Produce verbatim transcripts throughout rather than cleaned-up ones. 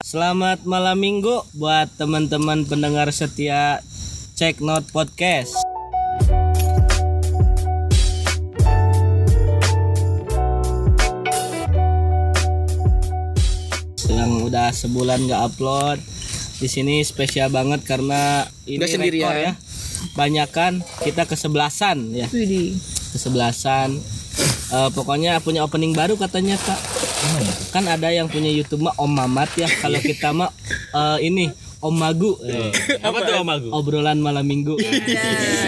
Selamat malam minggu buat teman-teman pendengar setia Check Note Podcast. Yang udah sebulan nggak upload, di sini spesial banget karena ini rekor ya. Banyakan kita kesebelasan ya. Kesebelasan. Uh, pokoknya punya opening baru katanya Kak. Kan ada yang punya YouTube mah Om Mamat ya. Kalau kita mah uh, ini Om Magu. Eh. Apa tuh Om Magu? Obrolan malam minggu. Ya.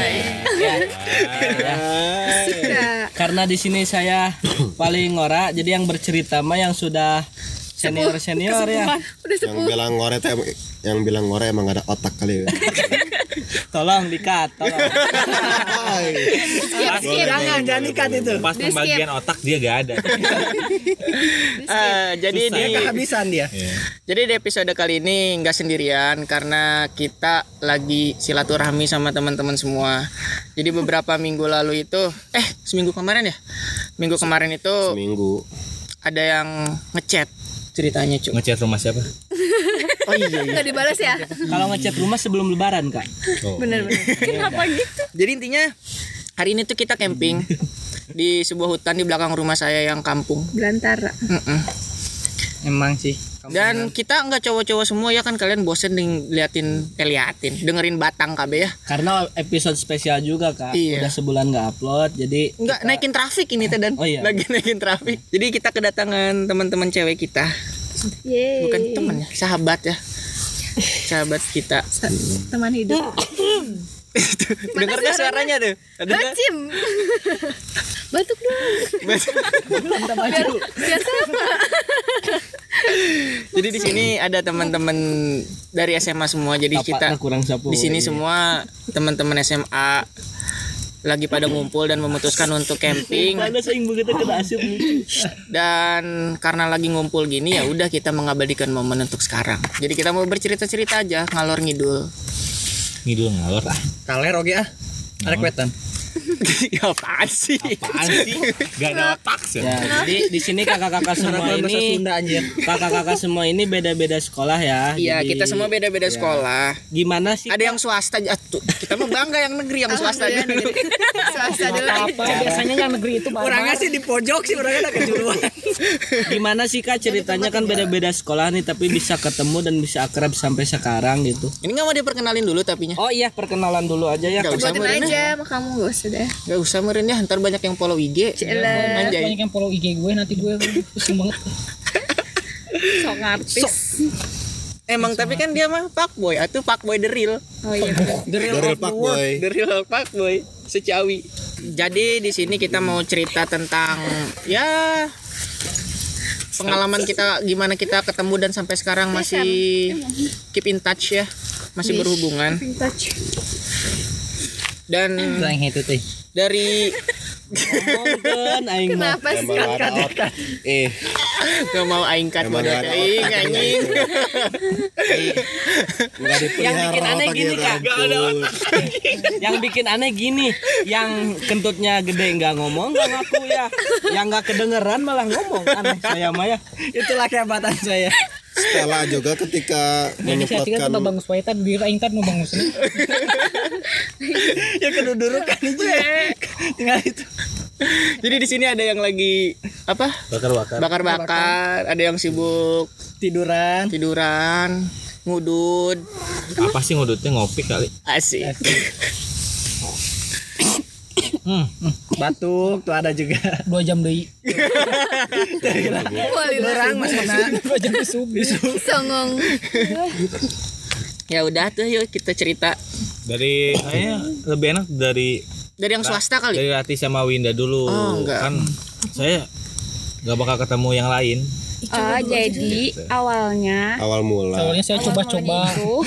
Ya. Karena di sini saya paling ngora, jadi yang bercerita mah yang sudah senior senior ya. Yang bilang ngore tuh yang bilang ngore emang ada otak kali ya. Tolong dikat, tolong. Skip, skip, jangan, jangan dikat itu. Pas pembagian otak dia gak ada. uh, jadi Susah. di kehabisan dia. Yeah. Jadi di episode kali ini nggak sendirian karena kita lagi silaturahmi sama teman-teman semua. Jadi beberapa minggu lalu itu, eh seminggu kemarin ya, minggu kemarin itu Seminggu. ada yang ngechat ceritanya Cuk. Ngechat rumah siapa? Oh iya, iya. Nggak dibalas ya? Kalau ngechat rumah sebelum lebaran Kak. Oh. Bener-bener. Kenapa gitu? Jadi intinya hari ini tuh kita camping di sebuah hutan di belakang rumah saya yang kampung. Belantara. Mm-mm. Emang sih. Dan kita nggak cowok-cowok semua ya kan, kalian bosen nih liatin, eh, liatin, dengerin batang K B ya. Karena episode spesial juga Kak. Iya. Udah sebulan nggak upload, jadi Nggak kita- naikin trafik ini teh dan Oh iya. lagi naikin trafik. Jadi kita kedatangan teman-teman cewek kita, Yeay. bukan teman ya, sahabat ya, sahabat kita. Teman hidup. Dengar nggak suaranya tuh? Ada nggak? Bacim. Batuk dong. Biar, biar sama. Jadi di sini ada teman-teman dari S M A semua. Jadi kita Tapaknya kurang sapu. di sini semua teman-teman S M A lagi pada ngumpul dan memutuskan untuk camping. Mana sing begitu kena asap lucu. Dan karena lagi ngumpul gini ya udah kita mengabadikan momen untuk sekarang. Jadi kita mau bercerita-cerita aja ngalor ngidul. Ngidul ngalor ah. Kaler oke ah. Arek wetan. Apaan sih? Apaan sih? Gak ada otak sih. Ya, jadi di sini kakak-kakak semua ini kakak-kakak semua ini beda-beda sekolah ya. Iya, Jadi, kita semua beda-beda ya. sekolah. Gimana sih? Ada yang swasta aja tuh. Kita mah bangga yang negeri, yang swasta aja. Swasta dulu. apa? Biasanya yang negeri itu Orangnya sih di pojok sih, orangnya ada kejuruan. Gimana sih Kak ceritanya kan beda-beda sekolah nih tapi bisa ketemu dan bisa akrab sampai sekarang gitu. Ini nggak mau diperkenalin dulu tapinya. Oh iya, perkenalan dulu aja ya. Nggak usah Buatin meren aja sama kamu, gak usah deh. Gak usah meren ya, ntar banyak yang follow I G. Cila. Anjay. Banyak yang follow I G gue, nanti gue pusing banget. Sok ngartis. Emang tapi kan dia mah fuckboy, atau fuckboy the real. Oh iya. The real The real of the world. fuckboy. The real fuckboy. Secawi. Jadi di sini kita mau cerita tentang ya pengalaman kita, gimana kita ketemu dan sampai sekarang masih keep in touch ya, masih berhubungan. Vintage. Dan Yang itu teh. dari Ngomongkeun aing mah. Kenapa sih? Emang ada otak. Eh, gak mau aing kat Emang modal ada aing otak. anjing. enggak Yang bikin aneh gini Kak. Yang bikin aneh gini, yang kentutnya gede nggak ngomong, nggak ngaku ya. Yang nggak kedengeran malah ngomong. Aneh saya mah ya. Itulah kehebatan saya. Stella juga ketika Indonesia tiga menyemprotkan tuh babang suaitan di raingkan nu bang muslim. Ya kedudukan itu ya. Tinggal itu. Jadi di sini ada yang lagi apa? Bakar-bakar. Bakar-bakar, ada yang sibuk Tiduran. tiduran, ngudud, Apa sih ngudutnya, ngopi kali? asik. Hmm. Batuk tuh ada juga. Dua jam deui. Orang mas mana? Dua jam subuh. Songong. Ya udah tuh yuk kita cerita Dari kayaknya lebih enak dari dari yang swasta kali. dari Rati sama Winda dulu. Oh, enggak. Kan saya nggak bakal ketemu yang lain. Oh, jadi awalnya awal mula. Soalnya saya coba-coba.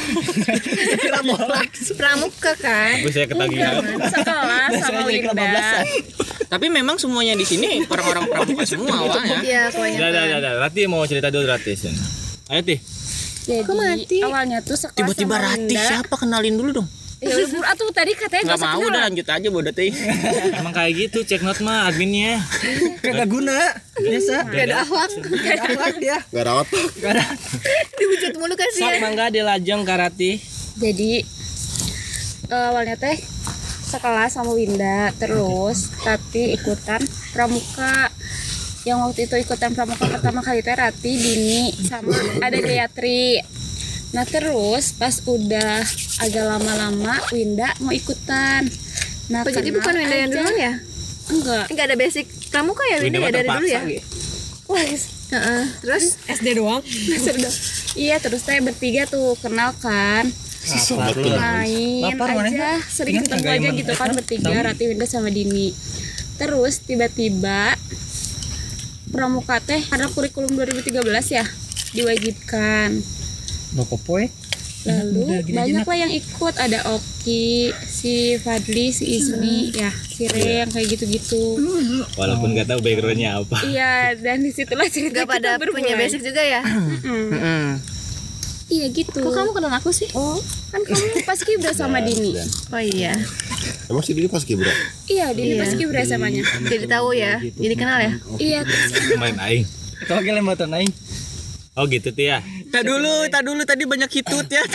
pramuka kan? Tapi saya ketagihan. Sekelas sama Winda. Tapi memang semuanya di sini orang-orang pramuka semua awalnya. Iya, Udah, udah, kebanyakan. udah. Rati mau cerita dulu Rati. Ayo Ti. Jadi Kok mati? awalnya tuh sekelas Tiba-tiba sama Rati Winda. siapa, kenalin dulu dong. Ya udah buru atuh tadi katanya Nggak usah mau, kenal. udah lanjut aja bodoh teh. Emang kayak gitu cek not mah adminnya. Kagak guna. Biasa. Gak ada akhlak. Gak ada akhlak dia. Gak ada otak. Gak ada. Dihujat mulu Sok kasihan. mangga dilajeng Karati. Jadi eh, awalnya teh sekelas sama Winda, terus Rati ikutan pramuka. Yang waktu itu ikutan pramuka pertama kali teh Rati, Dini, sama ada Gayatri. Nah terus pas udah agak lama-lama Winda mau ikutan. Nah Oh, jadi kenal bukan Winda yang aja. duluan ya? Enggak. Enggak ada basic pramuka ya Winda ya dari dulu ya? Wah, Heeh. Terus S D doang. iya terus teh bertiga tuh kenal kan. Main Lapar mana? aja, sering Ingat ketemu nggak aja yang gitu mana? kan bertiga, Rati, Winda sama Dini. Terus tiba-tiba pramuka teh ada kurikulum dua ribu tiga belas ya diwajibkan. Rokopoy. Lalu banyak lah yang ikut, ada Oki, si Fadli, si Ismi, ya si Re yang kayak gitu-gitu. Walaupun nggak tahu backgroundnya apa. Iya, dan disitulah cerita enggak pada kita bermulai. punya basic juga ya? Heeh. Iya gitu. Kok kamu kenal aku sih? Oh, kan kamu pas kibra sama Dini. Oh iya. Emang si Dini pas kibra? Iya, Dini Iya. pas kibra samanya. Jadi tahu ya. Jadi kenal ya? Iya, Main aing. Itu lagi lembatan aing. Oh gitu tuh ya. Tak dulu, tak dulu tadi banyak hitut ya.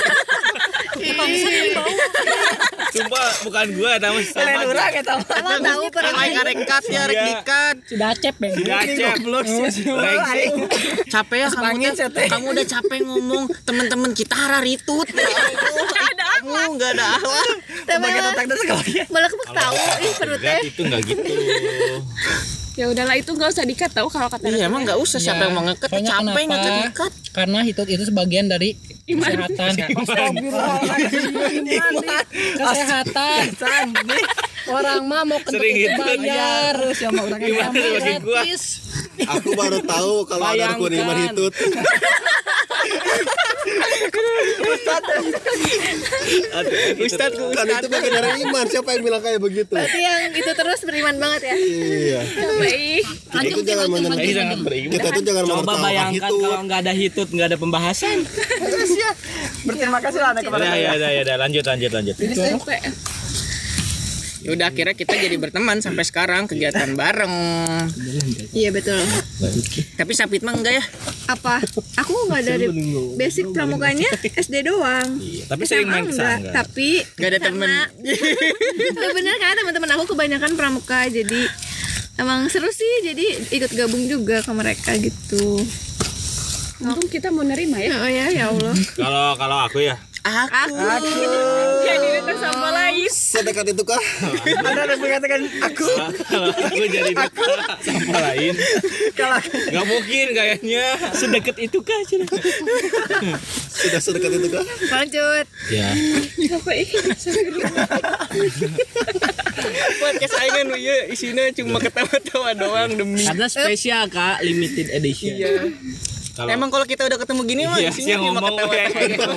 Sumpah bukan gua tahu sama. Orang eta. Kamu tahu pernah Aing arek cut ya, arek dikat. Sudah cep beng. Gacep. Capek ya kamu teh. Kamu udah capek ngomong teman-teman kita hara ritut. Kamu enggak ada akhlak. Malah Otak dan sekali. malah kamu tahu ih perutnya. Enggak itu enggak gitu. ya udahlah itu nggak usah dikat tahu kalau kata Iya Rati. emang enggak usah siapa yang mau ngeket, Soalnya capek kenapa? ngeket dikat. Karena hitut itu sebagian dari kesehatan. Kesehatan. Orang mah mau kentut Sering itu hitut. bayar. Terus yang mau orangnya Gimana lu bagi gua? Aku baru tahu kalau ada Bayangkan. kuniman hitut. Ustadz ku Kan itu bagian dari iman. Siapa yang bilang kayak begitu? Berarti yang itu terus beriman banget ya? Iya. Baik. Itu jangan menentukan. Aing sangat beriman. Kita tuh jangan Coba menertawakan bayangkan hitut. kalau nggak ada hitut, nggak ada pembahasan. Berterima kasih lah kepada Ya saya. ya ya ya lanjut lanjut lanjut. Sampai Ya udah akhirnya kita jadi berteman sampai sekarang, kegiatan bareng. Iya betul. Tapi Sapit mah enggak ya? Apa? Aku nggak dari basic pramukanya S D doang. Iya, tapi sering main S M A kesana enggak, enggak? tapi Enggak ada temen. Nah, bener kan teman-teman aku kebanyakan pramuka jadi emang seru sih jadi ikut gabung juga ke mereka gitu. untung kita mau nerima ya. Oh ya ya Allah. Kalau kalau aku ya Aku. Ya diri sama lain. Sedekat itu kah? Ada yang mengatakan aku. kalau aku jadi dekat sama lain Kalau nggak mungkin kayaknya. Sedekat itu kah? Cina? Sudah sedekat itu kah? Lanjut. Ya Apa ini? Podcast aing nu ieu isina cuma ketawa-tawa doang demi. Karena spesial kak, limited edition. Iya. kalau Emang kalau kita udah ketemu gini mah iya isinya sih yang cuma ngomong kayak ketawa-tawa.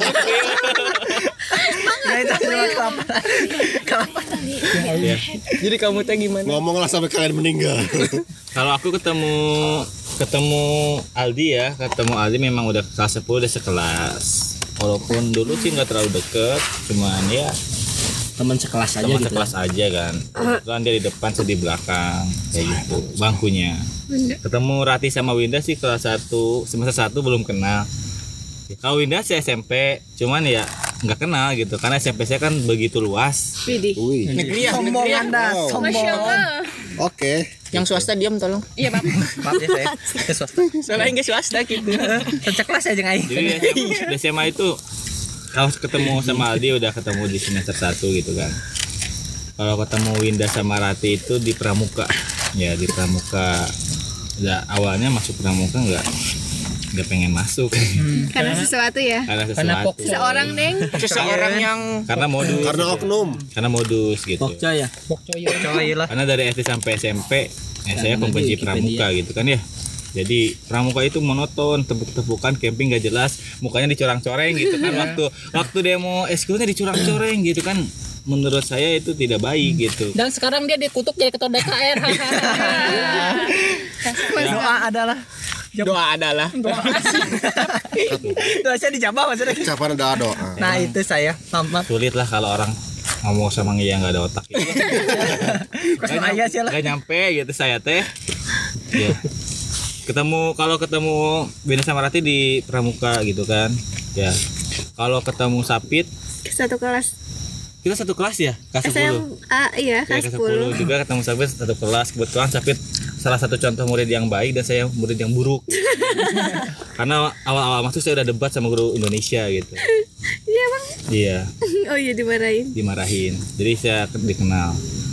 ya itu cuma kelapa. Kelapa. ya. Jadi kamu teh gimana? Ngomonglah sampai kalian meninggal. Kalau aku ketemu ketemu Aldi ya, ketemu Aldi memang udah kelas sepuluh udah sekelas. Walaupun dulu sih nggak terlalu deket, cuman ya Teman sekelas aja teman gitu. sekelas aja kan. Kan dia di depan, saya di belakang kayak gitu bangkunya. Ketemu Rati sama Winda sih kelas satu semester satu belum kenal. Kalau Winda sih S M P, cuman ya nggak kenal gitu karena S M P saya kan begitu luas. Widih. Wih. Negeri ya, Sombong negeri ya. Anda, Wow. sombong. Oke. Yang swasta diam tolong. Iya Bapak. Maaf ya saya. Saya swasta. Soalnya enggak swasta gitu. Sejak kelas aja aing. Jadi di S M A, di S M A itu kalau ketemu sama Aldi udah ketemu di semester satu gitu kan. Kalau ketemu Winda sama Rati itu di Pramuka. Ya di Pramuka. Ya, awalnya masuk Pramuka nggak nggak pengen masuk Karena sesuatu ya. karena Karena sesuatu. pokok. Seorang Neng. Seseorang yang Karena modus. Karena oknum. Karena modus gitu. Pokca ya. Pok coyo. Coy lah. Karena dari S D sampai S M P ya saya Karena pembenci di Wikipedia. Pramuka gitu kan ya. Jadi Pramuka itu monoton, tepuk-tepukan, camping gak jelas, mukanya dicorang-coreng gitu kan waktu waktu demo eskulnya dicorang-coreng gitu kan. Menurut saya itu tidak baik gitu. Dan sekarang dia dikutuk jadi ketua D K R. Doa adalah Doa adalah Doa saya dijabah maksudnya. Ucapan doa doa. Nah itu saya tamat. Sulit lah kalau orang ngomong sama Ngia nggak ada otak. Gitu. Kosong ayah sih lah. Gak nyampe gitu saya teh. Ya. Ketemu kalau ketemu Winda sama Rati di Pramuka gitu kan. Ya. Kalau ketemu Sapit Satu kelas kita satu kelas ya, kelas S sepuluh. M A iya Saya kelas kelas sepuluh sepuluh. juga ketemu Sapit satu kelas. Kebetulan Sapit salah satu contoh murid yang baik dan saya murid yang buruk. Karena awal-awal masuk saya udah debat sama guru Indonesia gitu. Iya bang. Iya, Oh iya dimarahin. dimarahin. Jadi saya dikenal.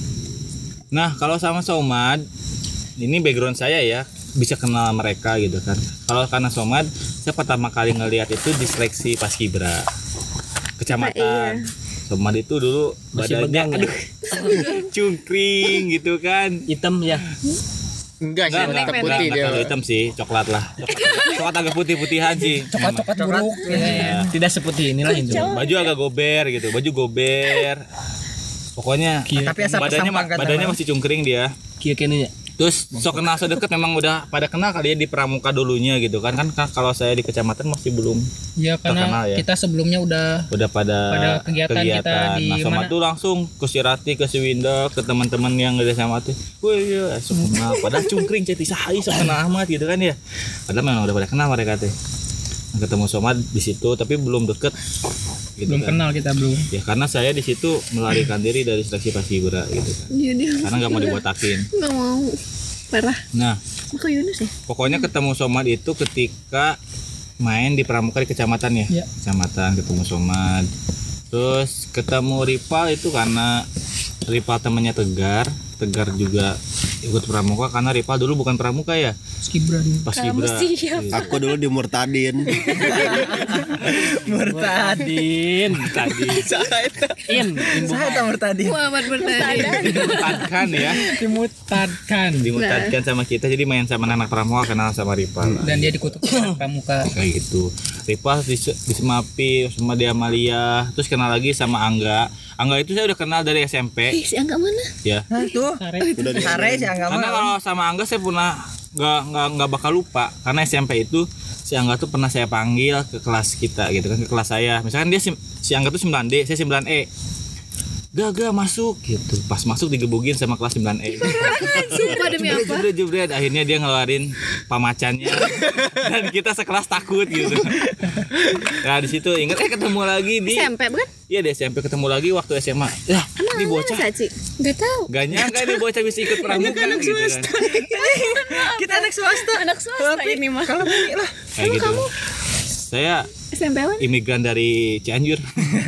Nah, kalau sama Somad, ini background saya ya, bisa kenal mereka gitu kan. Kalau karena Somad, saya pertama kali ngelihat itu di seleksi Paskibra kecamatan. Somad itu dulu Masih begang badannya ya? aduh, cungkring gitu kan. Hitam ya. Enggak sih, Enggak, enggak, tetap enggak, putih enggak dia. terlalu hitam sih, coklat lah. Coklat, coklat agak putih-putihan sih. Coklat-coklat buruk. Iya. Tidak seputih inilah itu. Baju agak gober gitu, baju gober. Pokoknya Tapi asap badannya sampang kata badannya Bang. masih cungkring dia. Kia kini ya. Terus sok kenal sedekat memang udah pada kenal kali ya di Pramuka dulunya gitu kan. Kan kan kalau saya di kecamatan masih belum Ya karena terkenal ya. kita sebelumnya udah udah pada, Pada kegiatan kita di Nah, sama mana? tuh langsung ke si Rati, ke si Winda, ke teman-teman yang udah sama tuh. Wih, ya, sok kenal. Padahal cungkring ceti sahai sok kenal amat gitu kan ya. Padahal memang udah pada kenal mereka tuh. Ketemu Somad di situ tapi belum deket gitu belum kan. kenal kita belum. Ya karena saya di situ melarikan diri dari seleksi Paskibra gitu kan. Iya dia. Karena nggak mau dibotakin. Nggak mau. Parah. Nah, Maka Yunus ya. pokoknya ketemu Somad itu ketika main di Pramuka di kecamatan ya. Iya. Kecamatan ketemu Somad. Terus ketemu Ripal itu karena Ripal temannya Tegar. Tegar juga ikut Pramuka karena Ripal dulu bukan Pramuka ya. Skibra dia. Paskibra. siap. Aku dulu dimurtadin. Murtadin. Tadi In. Saya tak bertadi. Muhammad bertanya. dimutadkan ya. Dimutadkan Dimutadkan sama kita jadi main sama anak Pramuka kenal sama Ripal. dan dia dikutuk pramuka. Kayak gitu. Ripal di, di Semapi sama dia Amalia, terus kenal lagi sama Angga. Angga itu saya udah kenal dari S M P Eh si Angga mana? ya. Nah tuh. Sare. Udah di Sare sih enggak Karena mau. kalau sama Angga saya pernah nggak nggak nggak bakal lupa karena S M P itu si Angga tuh pernah saya panggil ke kelas kita gitu kan, ke kelas saya. Misalkan dia si, si Angga tuh sembilan D, saya sembilan E. Gak, gak masuk gitu. Pas masuk digebugin sama kelas sembilan E. Sumpah demi Jebret, apa? jebret, jebret. Akhirnya dia ngeluarin pamacannya dan kita sekelas takut gitu. Nah di situ ingat eh ketemu lagi di S M P bukan? iya di S M P ketemu lagi waktu S M A. Ya, ini bocah. Saci. Gak tahu. Gak nyangka ini bocah bisa ikut pramuka gitu kan. Kita anak swasta. Anak swasta ini mah. Kalau begini lah. Kayak gitu. Saya S M P apa? imigran dari Cianjur.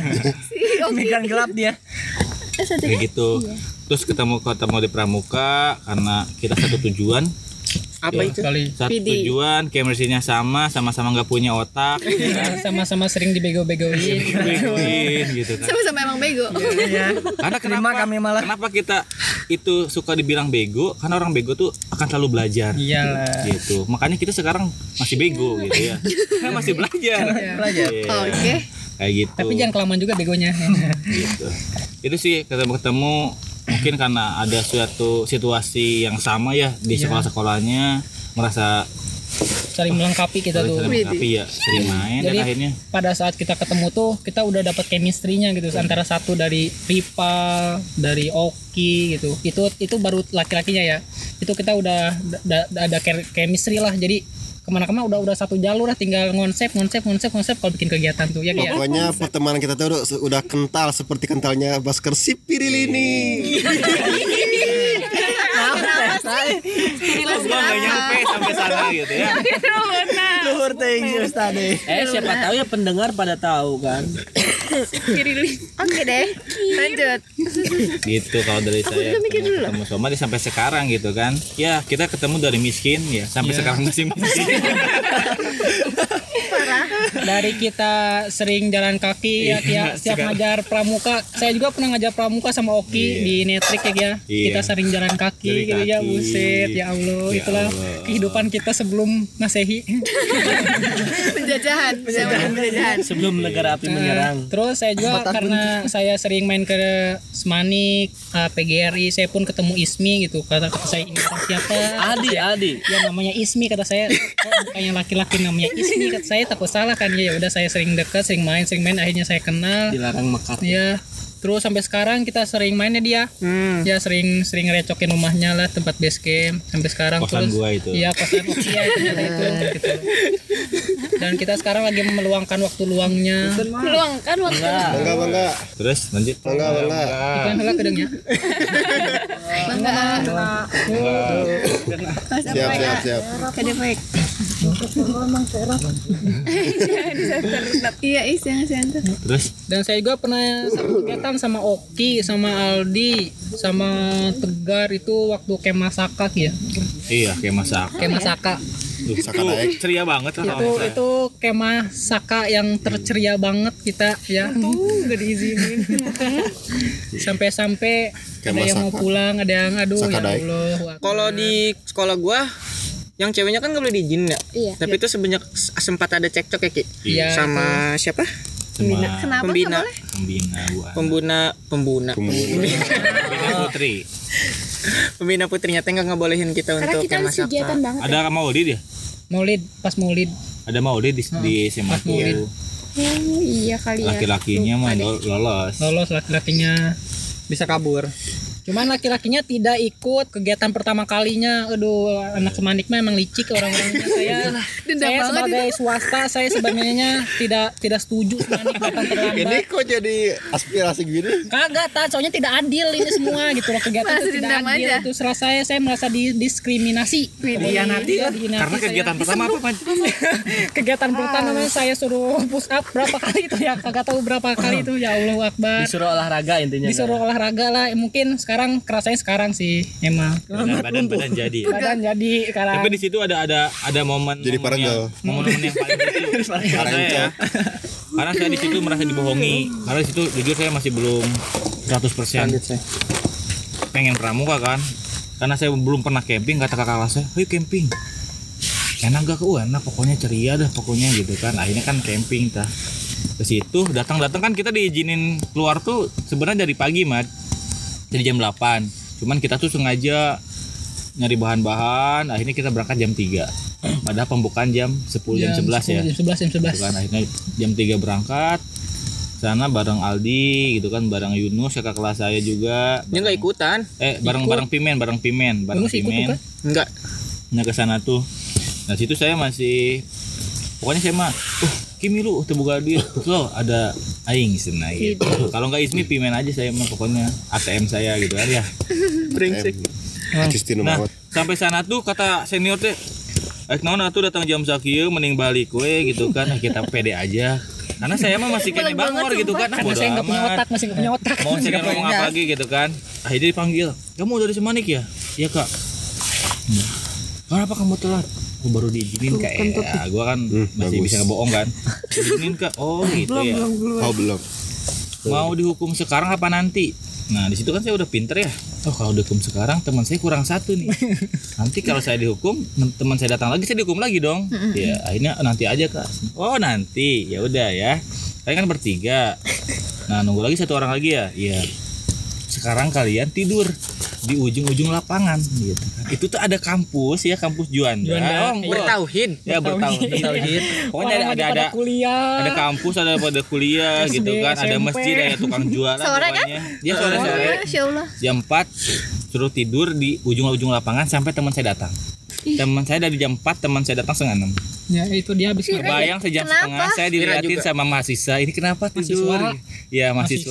Migran gelap dia. S M P. Kayak gitu. Terus ketemu ketemu di pramuka karena kita satu tujuan. Apa itu? Kali Satu P D. tujuan, chemistry-nya sama, sama-sama nggak punya otak. sama-sama sering dibego-begoin. Begoin gitu kan. Sama-sama emang bego. Iya. Karena Terima kenapa kami malah. kenapa kita itu suka dibilang bego? Karena orang bego tuh akan selalu belajar. Iyalah. Gitu. Makanya kita sekarang masih bego gitu ya. Kan masih belajar. Belajar. Iya. Oke. Kayak gitu. Tapi jangan kelamaan juga begonya. Gitu. Itu sih ketemu-ketemu mungkin karena ada suatu situasi yang sama ya di Iya. sekolah-sekolahnya merasa Saling melengkapi kita saling tuh. saling melengkapi ya sering main Jadi dan akhirnya pada saat kita ketemu tuh kita udah dapat chemistry-nya gitu antara satu dari Ripal, dari Oki gitu. Itu itu baru laki-lakinya ya. Itu kita udah da- da- ada ke- chemistry lah. Jadi kemana-kemana udah udah satu jalur lah, tinggal ngonsep ngonsep ngonsep ngonsep kalau bikin kegiatan tuh ya kayak. Pokoknya pertemanan kita tuh udah, udah kental seperti kentalnya masker sipiril ini. gua nggak nyampe sampai sana gitu ya. Luhur teuing si Ustade. Eh siapa tahu ya pendengar pada tahu kan. Oke deh. Lanjut. Gitu kalau dari saya ketemu, ketemu Soma di sampai sekarang gitu kan. Ya kita ketemu dari miskin ya sampai sekarang masih miskin. Dari kita sering jalan kaki ya, Iya, tiap setiap sekarang. ngajar pramuka. Saya juga pernah ngajar pramuka sama Oki Iya. di Netrik ya, ya. Iya. Kita sering jalan kaki Jalan gitu ya, kaki. buset ya Allah, Ya itulah Allah. kehidupan kita sebelum Masehi. Penjajahan, zaman penjajahan. Sebelum negara api menyerang. Terus saya juga karena saya sering main ke Semanik, uh, P G R I, saya pun ketemu Ismi gitu. Kata kata saya ini orang siapa? Adi, Adi. Ya namanya Ismi, kata saya. Oh, bukannya laki-laki namanya Ismi, kata saya. Takut salah kan ya. Ya udah saya sering dekat, sering main, sering main. Akhirnya saya kenal. Dilarang mekat. Ya. Terus sampai sekarang kita sering mainnya dia. Hmm. Ya sering sering recokin rumahnya lah, tempat base camp sampai sekarang. Kosan terus gua itu. Iya, kosan Okia itu, itu gitu. Dan kita sekarang lagi meluangkan waktu luangnya. Meluangkan waktu. Bangga bangga. Terus lanjut. Bangga bangga. Iklan hela kedengnya. Siap siap siap. Kada baik. Iya, is yang center. Terus Dan saya juga pernah satu kegiatan sama Oki, sama Aldi, sama Tegar itu waktu Kemasaka ya. iya kayak masak. Kemasaka. Saka naik. Ceria banget lah. Itu itu Kemasaka yang terceria banget kita ya. Tuh enggak diizinin. Sampai-sampai ada yang mau Kemasaka. pulang, ada yang aduh ya Sakadai. Allah. Kalau di sekolah gua yang ceweknya kan nggak boleh diizinin ya. Iya. Tapi itu sebanyak sempat ada cekcok ya Ki. Iya, Sama siapa? Sama Kenapa Pembina. nggak boleh? pembina gua. Pembuna, pembuna. Pembina putri. Pembina putrinya teh nggak ngebolehin kita Karena untuk kita yang masih masak. kegiatan banget. Ada maulid ya? Maulid, pas Maulid. Ada maulid di, di S M A pas maulid. tuh. Oh, iya kali ya. Laki-lakinya mah lol- lolos. Lolos laki-lakinya. Bisa kabur. Cuman laki-lakinya tidak ikut kegiatan pertama kalinya. Aduh, anak Semanik mah emang licik orang-orangnya. Saya Dendam saya banget sebagai swasta, saya sebenarnya tidak tidak setuju Semanik datang terlambat. Ini kok jadi aspirasi gini? Kagak, Tan, soalnya tidak adil ini semua gitu loh, kegiatan Merasa itu tidak dendam adil. aja. Itu serasa saya saya merasa didiskriminasi. Widih. Iya, diskriminasi Karena saya. kegiatan pertama apa, Pan? kegiatan pertama saya suruh push up berapa kali itu ya, kagak tahu berapa kali itu, ya Allah Akbar. Disuruh olahraga intinya. Disuruh olahraga lah, mungkin sekarang kerasanya sekarang sih emang Badan, badan, badan jadi. ya. badan jadi sekarang. Tapi di situ ada ada ada momen Jadi momen parengel. yang, momen-momen yang paling lucu. Karena saya ya, karena saya di situ merasa dibohongi. Karena di situ jujur saya masih belum seratus persen pengen pramuka kan. Karena saya belum pernah camping, kata kakak kelas saya, "Ayo camping." Enak gak ke enak, pokoknya ceria dah pokoknya gitu kan. Akhirnya kan camping tah. Ke situ datang-datang kan kita diizinin keluar tuh sebenarnya dari pagi, Mat. Jadi jam delapan. Cuman kita tuh sengaja nyari bahan-bahan, akhirnya kita berangkat jam tiga. Padahal pembukaan jam sepuluh jam sebelas ya. Jam sebelas jam sebelas. Gitu kan akhirnya jam tiga berangkat. Sana bareng Aldi gitu kan, bareng Yunus kakak kelas saya juga. Dia nggak ikutan. Eh bareng-bareng Pimen, bareng Pimen, bareng Yunus ikut Pimen. bukan? Enggak. Nah ke sana tuh. Nah situ saya masih pokoknya saya mah uh Kimi lu teu boga duit lo ada aing cenah gitu. Kalau enggak Ismi Pimen aja saya mah pokoknya A T M saya gitu kan ya. Brengsek. Artis tinu Nah, maut. sampai sana tuh kata senior teh eh naon atuh datang jam sakieu mending balik we gitu kan. Nah, kita pede aja. Karena saya mah masih kene bangor gitu kan. Nah, Karena bodo saya nggak punya amat. otak, masih nggak punya otak. Mau senior ngomong apa lagi gitu kan. Akhirnya dipanggil. Kamu dari Semanik ya? Iya, Kak. Hmm. Kenapa kamu telat? Aku baru diizinin Kak. Ya, gua kan Hmm, masih bagus. bisa ngebohong kan. Diizinin Kak. Oh, gitu ya. Oh belum. Mau dihukum sekarang apa nanti? Nah, di situ kan saya udah pinter ya. Oh, kalau dihukum sekarang teman saya kurang satu nih. Nanti kalau saya dihukum, teman saya datang lagi saya dihukum lagi dong. Ya, akhirnya nanti aja, Kak. Oh, nanti. Ya udah ya. Kalian kan bertiga. Nah, nunggu lagi satu orang lagi ya. Iya. Sekarang kalian tidur di ujung-ujung lapangan gitu. Itu tuh ada kampus ya, kampus Juanda. Juanda. Oh, Bertauhid. ya bertauhid. Bertauhid. Pokoknya ada Orang ada lagi pada ada kuliah. ada kampus, ada pada kuliah S D, gitu kan, ada S M P. masjid, ada tukang jualan Sore kan? pokoknya. Dia sore-sore Masya Allah. jam empat suruh tidur di ujung-ujung lapangan sampai teman saya datang. Teman saya dari jam empat, teman saya datang setengah enam. Ya itu dia habis ngerjain. Bayang sejam Kenapa? setengah saya diliatin juga. sama mahasiswa. Ini kenapa tidur? Mahasiswa. Ya mahasiswa.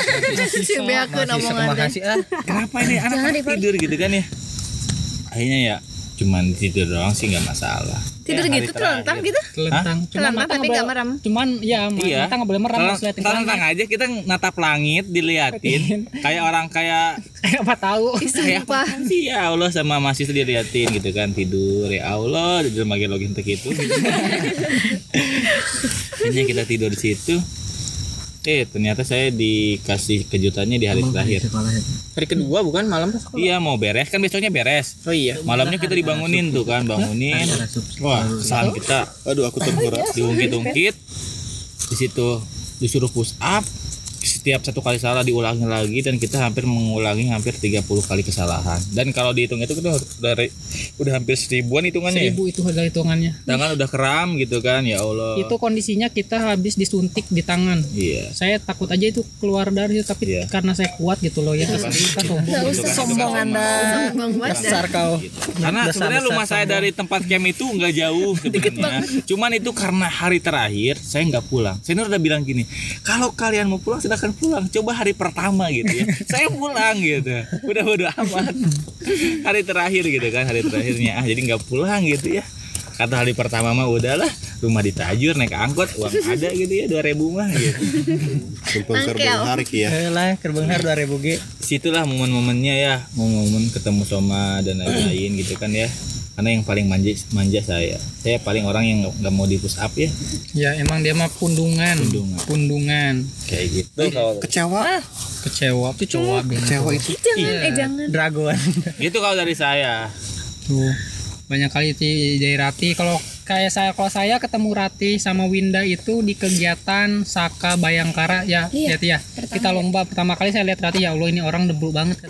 Si beakeun omongan teh. Makasih ah. Kenapa ini anak tidur gitu kan ya? Akhirnya ya cuman tidur doang sih nggak masalah. Tidur Ya, hari gitu telentang terakhir. gitu. Telentang. Cuman Telentang mata tapi nggak nggak boleh- merem. Cuman ya Iya. mata nggak boleh merem, harus liatin Telentang langit. aja kita natap langit diliatin kayak orang kayak Kayak apa tahu. kayak apa sih ya Allah sama masih diliatin gitu kan tidur ya Allah di dalam login tek itu. Ini kita tidur di situ. Eh ternyata saya dikasih kejutannya di hari terakhir. Hari kedua bukan malam? Iya mau beres kan besoknya beres. Oh iya. Malamnya kita dibangunin tuh kan bangunin. Wah kesalahan kita. Aduh aku terberat. Diungkit-ungkit. Di situ disuruh push up. Setiap satu kali salah diulangi lagi dan kita hampir mengulangi hampir tiga puluh kali kesalahan. Dan kalau dihitung itu kita udah udah hampir seribuan hitungannya. Seribu itu harga hitungannya. Ya? Tangan udah kram gitu kan ya Allah. Itu kondisinya kita habis disuntik di tangan. Iya. Saya takut aja itu keluar dari situ, tapi Iya. karena saya kuat gitu loh ya. Kita sombong. Sombong Anda. Sombong banget dah. Dasar kau. Karena Besar-besar sebenarnya rumah saya sombong. dari tempat camp itu nggak jauh sebenarnya. Cuman itu karena hari terakhir saya nggak pulang. Senior udah bilang gini, kalau kalian mau pulang silakan pulang. Coba hari pertama gitu ya. Saya pulang gitu. Udah bodo amat. Hari terakhir gitu kan, hari terakhirnya ah jadi nggak pulang gitu ya. Kata hari pertama mah udahlah, rumah ditajur naik angkot, uang ada gitu ya dua ribu mah gitu. Pembongkar hari ya. Ayolah, kerbenghar dua ribu G. Situlah momen-momennya ya, momen-momen ketemu Soma dan lain-lain gitu kan ya. Karena yang paling manja manja saya. Saya paling orang yang nggak mau di push up ya. Ya emang dia mah pundungan. Pundungan. Pundungan. Kayak gitu kalau Kecewa. Kecewa, kecewa, Kecewa itu. Jangan, eh jangan. Dragon. gitu kalau dari saya. Tuh banyak kali di dari Rati. Kalau kayak saya kalau saya ketemu Rati sama Winda itu di kegiatan Saka Bayangkara ya, Iya, lihat ya. Kita lomba pertama kali saya lihat Rati, ya Allah ini orang debu banget.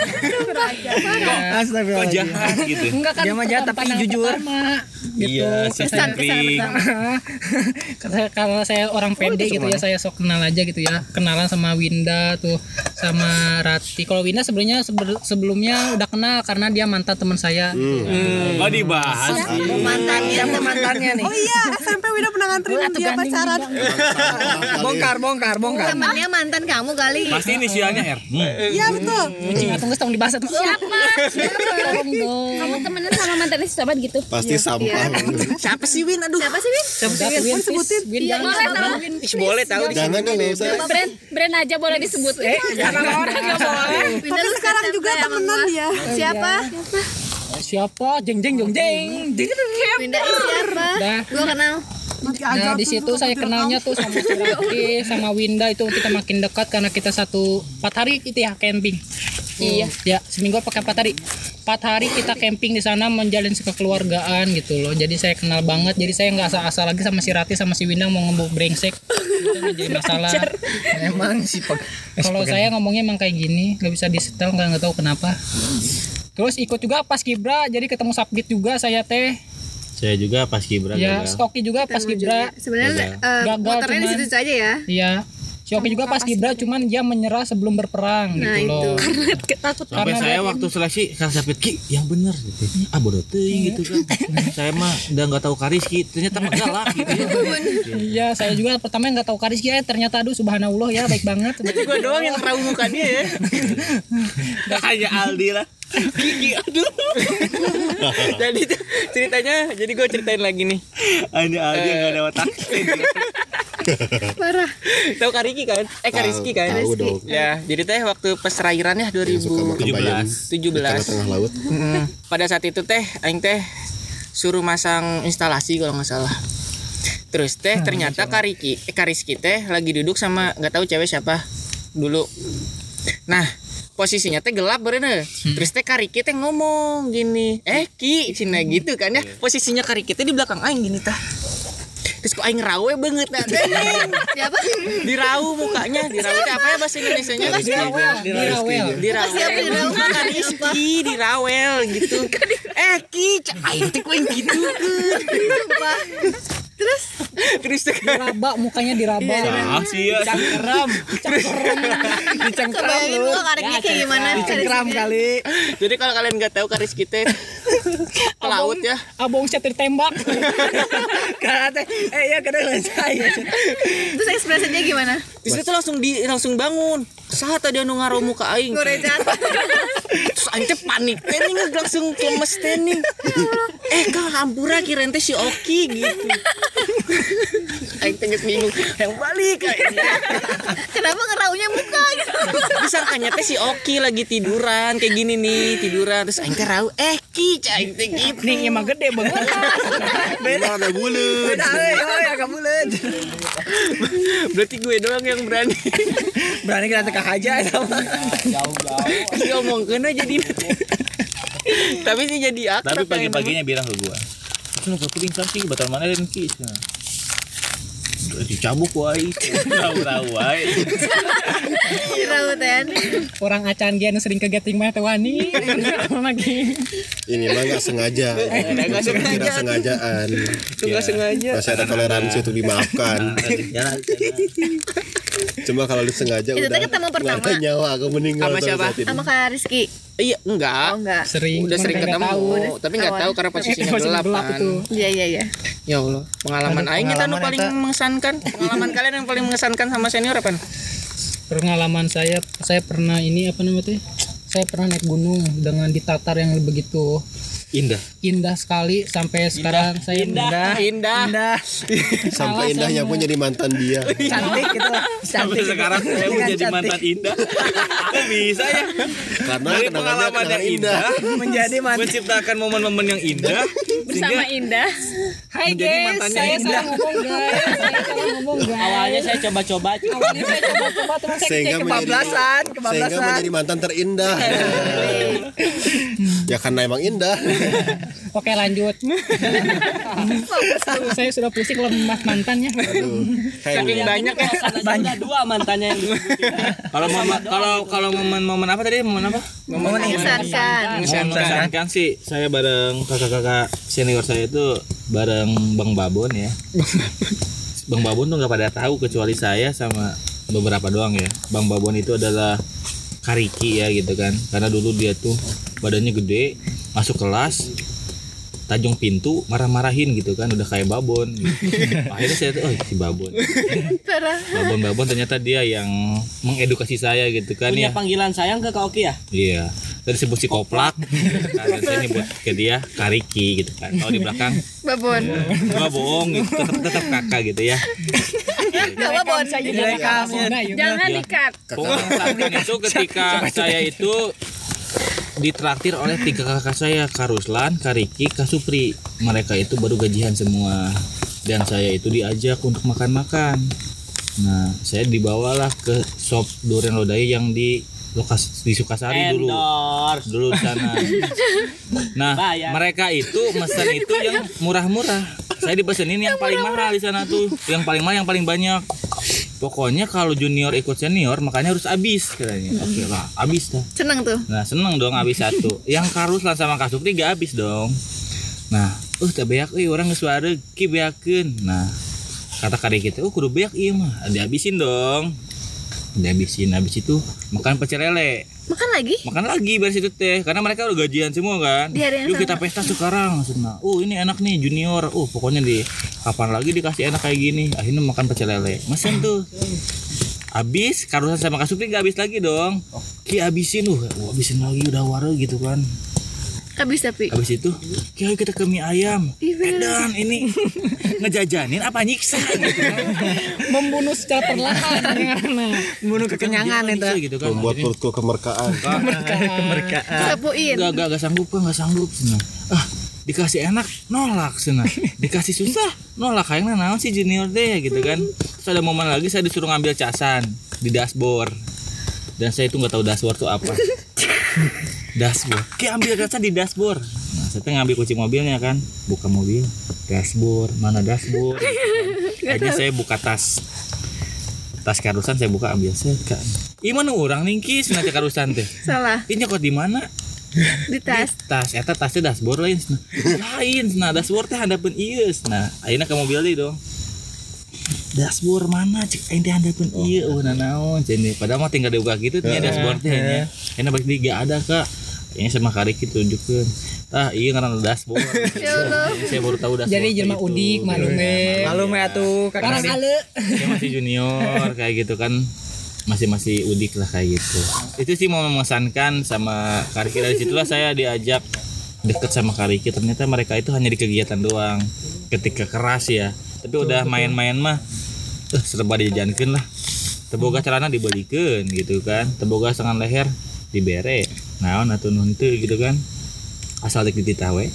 Ya, Kok Astagfirullahaladzim. jahat gitu. enggak kan Dia mah jahat, tapi pandangan jujur. pertama, gitu. Iya, Saya- sistem kering. karena, karena saya orang pede gitu ya, saya sok kenal aja gitu ya, kenalan sama Winda tuh sama Rati. Kalau Winda sebenarnya sebe- sebelumnya udah kenal karena dia mantan teman saya. Gitu. Nggak dibahas. Mantannya, mantannya nih. Oh iya, S M P udah pernah nganterin dia pacaran. Bongkar, bongkar, bongkar. Temannya mantan kamu kali. Pasti inisialnya R. Hmm. Iya betul. Cing atau nggak dibahas tuh. Siapa? Tolong dong. Kamu temenan sama mantan istri sahabat gitu? Pasti sampah. Siapa sih Win? Aduh. Siapa sih, Win? Siapa sih Win? sebutin. Win Iya, jangan boleh, sebut. Win. Ih, boleh tahu di Jangan dong, nggak usah. Brand, brand aja boleh disebut. Eh, jangan orang nggak boleh. Winda, Tapi lu sekarang S M P juga sama temenan gua. dia. Siapa? Siapa? Jeng jeng jeng jeng. Winda ini siapa? Dah. Gua kenal. Nah di situ saya kenalnya tuh sama si Rati, sama Winda itu kita makin dekat karena kita satu empat hari itu ya camping. Iya. Ya seminggu pakai empat hari. Empat hari kita camping di sana menjalin kekeluargaan gitu loh. Jadi saya kenal banget. Jadi saya nggak asal-asal lagi sama si Rati sama si Winda mau ngembuk brengsek. Itu nggak jadi masalah. Emang si peg. Kalau saya ngomongnya emang kayak gini, nggak bisa disetel, nggak nggak tahu kenapa. Terus ikut juga pas Kibra, jadi ketemu Sabgit juga saya teh. Saya juga pas Kibra Ya, gagal. Stoki juga pas Ketemu Kibra. juga. Sebenarnya eh, Gagal motornya di cuman. situ aja ya. Iya. Si Oki juga pas Kibra, cuman dia menyerah sebelum berperang Nah, gitu loh. Takut. Sampai Karena saya dia- waktu seleksi Kang Sapit Ki yang bener gitu. Ah bodoh teuing gitu kan. Saya mah udah nggak tahu Kariski, ternyata mah galak gitu ya. Iya, saya juga pertama nggak tahu Kariski, eh ternyata aduh subhanallah ya baik banget. Gua doang yang tahu muka dia ya. Nggak hanya Aldi lah. Gigi, aduh. Jadi tuh ceritanya, jadi gue ceritain lagi nih. Hanya Aldi yang nggak ada otak. Parah. Tahu Kariki kan? Eh Kariski kan? Tahu dong. Ya, jadi teh waktu perairan ya Yang suka makan bayam tujuh di belas. tengah-tengah laut. Mm, pada saat itu teh aing teh suruh masang instalasi kalau nggak salah. Terus teh ternyata Kariki, eh, Kariski teh lagi duduk sama nggak tahu cewek siapa dulu. Nah, posisinya teh gelap bener. Terus teh Kariki teh ngomong gini, "Eh, Ki," cina gitu kan ya. Posisinya Kariki teh di belakang aing gini tah. Terus kok aing rawe banget nah. Siapa? Dirau mukanya, dirau itu apa ya bahasa Indonesianya? Dirawel, dirawel. Dirawel. Siapa dirau? Kariski dirawel gitu. Eh Ki, cak aing teh kuing gitu. Sumpah. Terus Terus teh Diraba mukanya diraba. Ah sih ya. Cangkram. Dicengkram kebayangin lu. gua Kariki kayak gimana? Dicengkram kali. Jadi kalau kalian nggak tahu Kariski teh ke laut ya. Abong saya tertembak. Karena teh eh ya kadang saya. Terus ekspresinya gimana? Terus itu langsung di langsung bangun. Saat tadi anu ngaro muka aing. Gorejan. Terus aing teh panik teh nih langsung lemes teh nih. Eh Kang hampura kirain teh si Oki gitu. Aing tengah bingung. Yang balik aing. Kenapa ngeraunya muka gitu? Disangkanya teh si Oki lagi tiduran kayak gini nih, tiduran terus aing teh rau, eh Ki, aing teh gitu. Ning emang gede banget. Beda ada bulat. Beda euy, agak bulet. Berarti gue doang yang berani. Berani kita teka aja sama. Jauh-jauh. Ngomongkeun aja jadi. Tapi sih jadi akrab. Tapi pagi-paginya bilang ke gua, "Lu kuring sih batal mana dan Ki?" Dicabuk wae. Tahu-tahu wae. Rau teh. Orang acan gian sering ke getting mah teh wani. Lagi. Ini mah nggak sengaja. Nggak sengaja. Kira sengajaan. Itu enggak sengaja. Masih ada toleransi untuk dimaafkan. Jalan. Cuma kalau disengaja Itu udah teh ketemu pertama. nggak ada nyawa aku meninggal. Sama pada siapa? saat itu. Sama Kak Rizky. Iya, enggak. Oh enggak. Sering. Udah cuman sering nggak ketemu, tahu. tapi enggak tahu karena posisinya Posisi gelap gelap kan. itu. Iya iya iya. Ya Allah, pengalaman Aduh, aing eta nu pengalaman paling eta. mengesankan. Pengalaman kalian yang paling mengesankan sama senior apa? Pengalaman saya saya pernah ini apa namanya tuh? Saya pernah naik gunung dengan ditatar yang begitu Indah. indah sekali sampai sekarang saya Indah, indah. Indah. Sampai indahnya pun jadi mantan dia. Cantik gitu. Sampai Cantik. sekarang saya mau jadi mantan indah. Kok bisa ya? Karena Dari kenangannya pengalaman kenangan yang indah, Menjadi mantan. menciptakan momen-momen yang indah, Bersama Indah. Hai menjadi guys, mantannya saya indah. salah ngomong guys, saya salah ngomong guys. Awalnya saya coba-coba. Awalnya saya coba-coba terus saya Sehingga cek menjadi Kebablasan, sehingga kebablasan. menjadi mantan terindah. Ya karena emang indah. Oke lanjut. Saya sudah pusing lemas mantannya. Aduh, kayak Saking banyak ya. Banyak dua mantannya yang disebutin. Kalau momen kalau kalau momen-momen apa tadi? Momen apa? Momen Mengesankan. Momen mengesankan sih saya bareng kakak-kakak senior saya itu bareng Bang Babon ya. Bang Babon tuh nggak pada tahu kecuali saya sama beberapa doang ya. Bang Babon itu adalah Kariki ya gitu kan. Karena dulu dia tuh badannya gede, masuk kelas tajung pintu marah-marahin gitu kan, udah kayak Babon gitu. Akhirnya saya tuh oh si Babon. Parah. Babon-babon ternyata dia yang mengedukasi saya gitu kan Punya ya. panggilan sayang ke Kak Oki ya? Iya. Tadi sebut si Koplak. Nah, dan saya nyebut ke dia Kariki gitu kan. Kalau di belakang Babon. enggak bohong gitu, tetap tetap kakak gitu ya. Enggak babon. Direkam ya. Jangan dikat. Mengesankan itu ketika saya itu ditraktir oleh tiga kakak saya, Kak Ruslan, Kak Riki, Kak Supri. Mereka itu baru gajian semua dan saya itu diajak untuk makan-makan. Nah, saya dibawalah ke shop durian lodaya yang di lokasi di Sukasari dulu. Endorse. Dulu di sana. Nah, Bayar. mereka itu mesen itu yang murah-murah. Saya dipesenin yang paling mahal di sana tuh, yang paling mahal, yang paling banyak. Pokoknya kalau junior ikut senior makanya harus habis katanya. Oke lah, habis dah. Seneng tuh. Nah, seneng dong habis satu. Yang Karuslan sama Kak Supri gak habis dong. Nah, uh teh beak euy urang geus wareg ki beakeun. Nah, kata kari kita, "Oh, kudu beak ieu mah." Dihabisin dong. Dihabisin, habis itu makan pecel lele. Makan lagi? Makan lagi beres itu teh karena mereka udah gajian semua kan. Di hari yang Yuk kita sama. pesta sekarang maksudnya. Oh, ini enak nih junior. Oh, pokoknya di kapan lagi dikasih enak kayak gini. Akhirnya makan pecel lele. Mesen tuh. Habis Karuslan sama Kak Supri gak habis lagi dong. Ki habisin uh, oh, habisin lagi udah wareg gitu kan. Habis tapi. Habis itu, Ki ayo kita ke mie ayam. Ih, bener. Edan ini ngejajanin apa nyiksa gitu kan. Membunuh secara perlahan karena Bunuh kekenyangan Dia itu. nyiksa gitu kan. membuat Akhirnya, perutku kemerkaan. Kemerkaan. Sapuin. Gak, gak, gak sanggup kan, gak sanggup senang. Ah, dikasih enak nolak senang. Dikasih susah nolak. Kayaknya naon sih junior deh gitu kan. Terus ada momen lagi saya disuruh ngambil casan di dashboard. Dan saya itu nggak tahu dashboard itu apa. Dashboard. Kayak ambil casan di dashboard. Nah, saya tuh ngambil kunci mobilnya kan, buka mobil, dashboard, mana dashboard. Akhirnya saya buka tas. Tas Karuslan saya buka ambil saya kan. Ih mana orang ningkis nanti Karuslan teh. Salah. Ini nyokot di mana? Di tas. Tas eta tasnya dashboard lain lain nah dashboard teh handapeun ieu nah ayeuna ka mobil deui dong dashboard mana cek aing teh handapeun ieu eueuh nanaon cenah padahal mah tinggal dibuka gitu nya dashboard teh nya ayeuna balik deui gak ada Kak ini sama Kariki tunjukkeun tah ieu ngaranna dashboard Ya Allah. saya baru tahu dashboard jadi jelema itu. udik malume. Malu mah atuh Karang kakak. ale. Dia masih junior kayak gitu kan masih masih udik lah kayak gitu itu sih mau memesankan sama Kariki dari situlah saya diajak deket sama Kariki ternyata mereka itu hanya di kegiatan doang ketika keras ya Tapi udah main-main mah eh serba dijajankeun lah. Teboga celana dibelikeun gitu kan. Teboga sengan leher dibere. Naon atuh nu henteu gitu kan. Asal dek dititah we.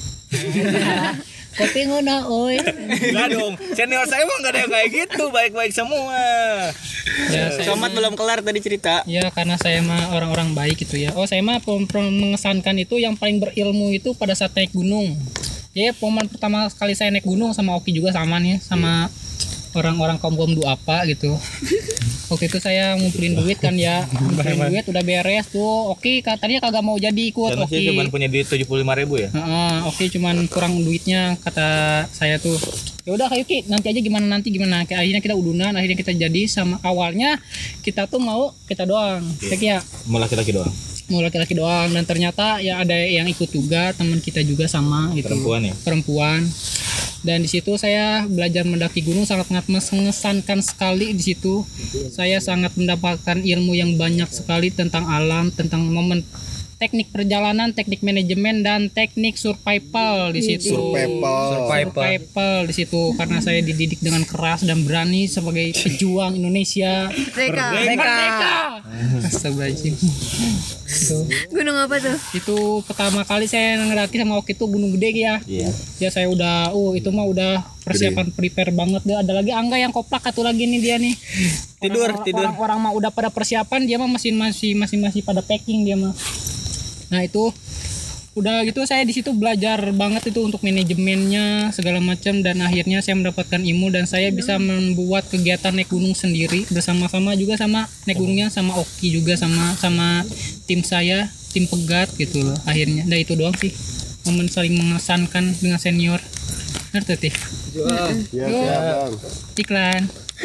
Kopi ngono oi. Enggak dong. Senior saya mah enggak ada yang kayak gitu, baik-baik semua. Ya, saya Somat belum kelar tadi cerita. Ya karena saya mah orang-orang baik gitu ya. Oh saya mah pem- pem- mengesankan itu yang paling berilmu itu pada saat naik gunung. Ya pengalaman pertama kali saya naik gunung sama Oki juga sama nih sama orang-orang kaum kaum duapa gitu. Waktu itu saya ngumpulin duit kan ya, ngumpulin duit udah beres tuh. Oki katanya kagak mau jadi ikut. Dan Oki masih cuma punya duit tujuh puluh lima ribu ya. Heeh, oke cuman kurang duitnya kata saya tuh. Ya udah kayak Ki, nanti aja gimana nanti gimana. Kayak akhirnya kita udunan, akhirnya kita jadi sama awalnya kita tuh mau kita doang. Iya. Kayak ya Mau laki-laki doang. mau laki-laki doang dan ternyata ya ada yang ikut juga, teman kita juga sama gitu. Perempuan ya? Perempuan. Dan di situ saya belajar mendaki gunung sangat-sangat mengesankan sekali di situ. Saya sangat mendapatkan ilmu yang banyak sekali tentang alam, tentang momen teknik perjalanan, teknik manajemen dan teknik survival di situ. Survival. Survival di situ karena saya dididik dengan keras dan berani sebagai pejuang Indonesia. Merdeka. Merdeka. Astagfirullahaladzim. Itu, Gunung apa tuh? itu pertama kali saya ngedaki sama Oki itu Gunung Gede ya. Iya. Ya saya udah, oh itu mah udah persiapan prepare banget deh. Ada lagi Angga yang koplak satu lagi nih dia nih. Tidur, Orang- tidur. Orang-orang mah udah pada persiapan, dia mah masih masih masih masih pada packing dia mah. Nah itu udah gitu saya di situ belajar banget itu untuk manajemennya segala macam dan akhirnya saya mendapatkan ilmu dan saya bisa membuat kegiatan naik gunung sendiri bersama-sama juga sama naik gunungnya sama Oki juga sama sama tim saya tim pegat gitu loh akhirnya. Nah itu doang sih momen saling mengesankan dengan senior. Ngerti tih? Ya, siap, Bang. Iklan.